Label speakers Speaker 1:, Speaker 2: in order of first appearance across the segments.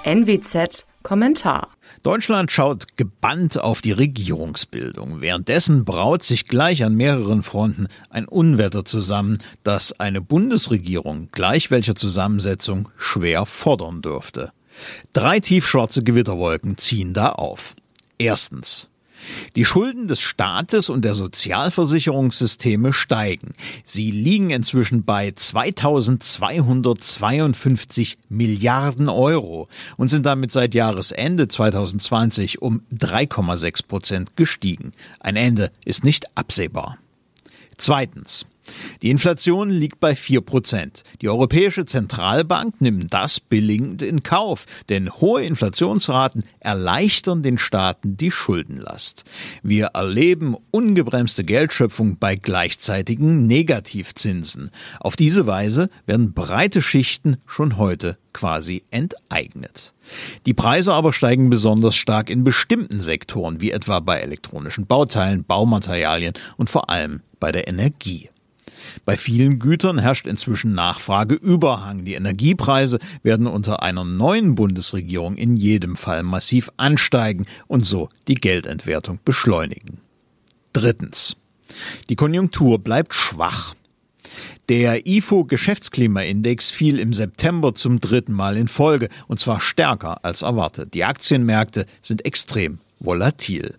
Speaker 1: NWZ Kommentar.
Speaker 2: Deutschland schaut gebannt auf die Regierungsbildung. Währenddessen braut sich gleich an mehreren Fronten ein Unwetter zusammen, das eine Bundesregierung, gleich welcher Zusammensetzung, schwer fordern dürfte. 3 tiefschwarze Gewitterwolken ziehen da auf. Erstens. Die Schulden des Staates und der Sozialversicherungssysteme steigen. Sie liegen inzwischen bei 2.252 Milliarden Euro und sind damit seit Jahresende 2020 um 3,6% gestiegen. Ein Ende ist nicht absehbar. Zweitens. Die Inflation liegt bei 4%. Die Europäische Zentralbank nimmt das billigend in Kauf, denn hohe Inflationsraten erleichtern den Staaten die Schuldenlast. Wir erleben ungebremste Geldschöpfung bei gleichzeitigen Negativzinsen. Auf diese Weise werden breite Schichten schon heute quasi enteignet. Die Preise aber steigen besonders stark in bestimmten Sektoren, wie etwa bei elektronischen Bauteilen, Baumaterialien und vor allem bei der Energie. Bei vielen Gütern herrscht inzwischen Nachfrageüberhang. Die Energiepreise werden unter einer neuen Bundesregierung in jedem Fall massiv ansteigen und so die Geldentwertung beschleunigen. Drittens. Die Konjunktur bleibt schwach. Der IFO-Geschäftsklimaindex fiel im September zum 3. Mal in Folge, und zwar stärker als erwartet. Die Aktienmärkte sind extrem volatil.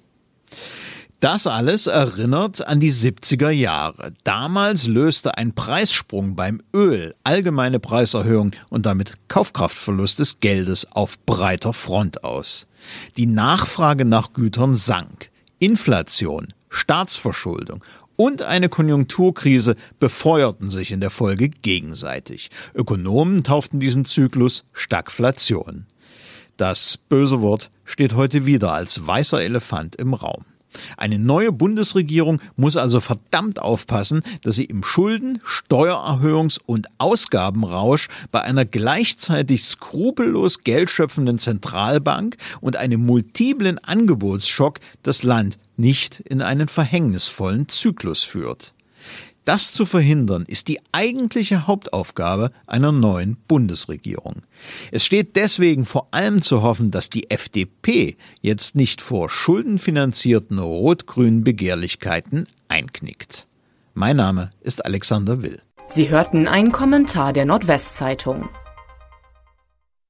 Speaker 2: Das alles erinnert an die 70er Jahre. Damals löste ein Preissprung beim Öl allgemeine Preiserhöhung und damit Kaufkraftverlust des Geldes auf breiter Front aus. Die Nachfrage nach Gütern sank. Inflation, Staatsverschuldung und eine Konjunkturkrise befeuerten sich in der Folge gegenseitig. Ökonomen tauften diesen Zyklus Stagflation. Das böse Wort steht heute wieder als weißer Elefant im Raum. Eine neue Bundesregierung muss also verdammt aufpassen, dass sie im Schulden-, Steuererhöhungs- und Ausgabenrausch bei einer gleichzeitig skrupellos geldschöpfenden Zentralbank und einem multiplen Angebotsschock das Land nicht in einen verhängnisvollen Zyklus führt. Das zu verhindern, ist die eigentliche Hauptaufgabe einer neuen Bundesregierung. Es steht deswegen vor allem zu hoffen, dass die FDP jetzt nicht vor schuldenfinanzierten rot-grünen Begehrlichkeiten einknickt. Mein Name ist Alexander Will.
Speaker 1: Sie hörten einen Kommentar der Nordwestzeitung.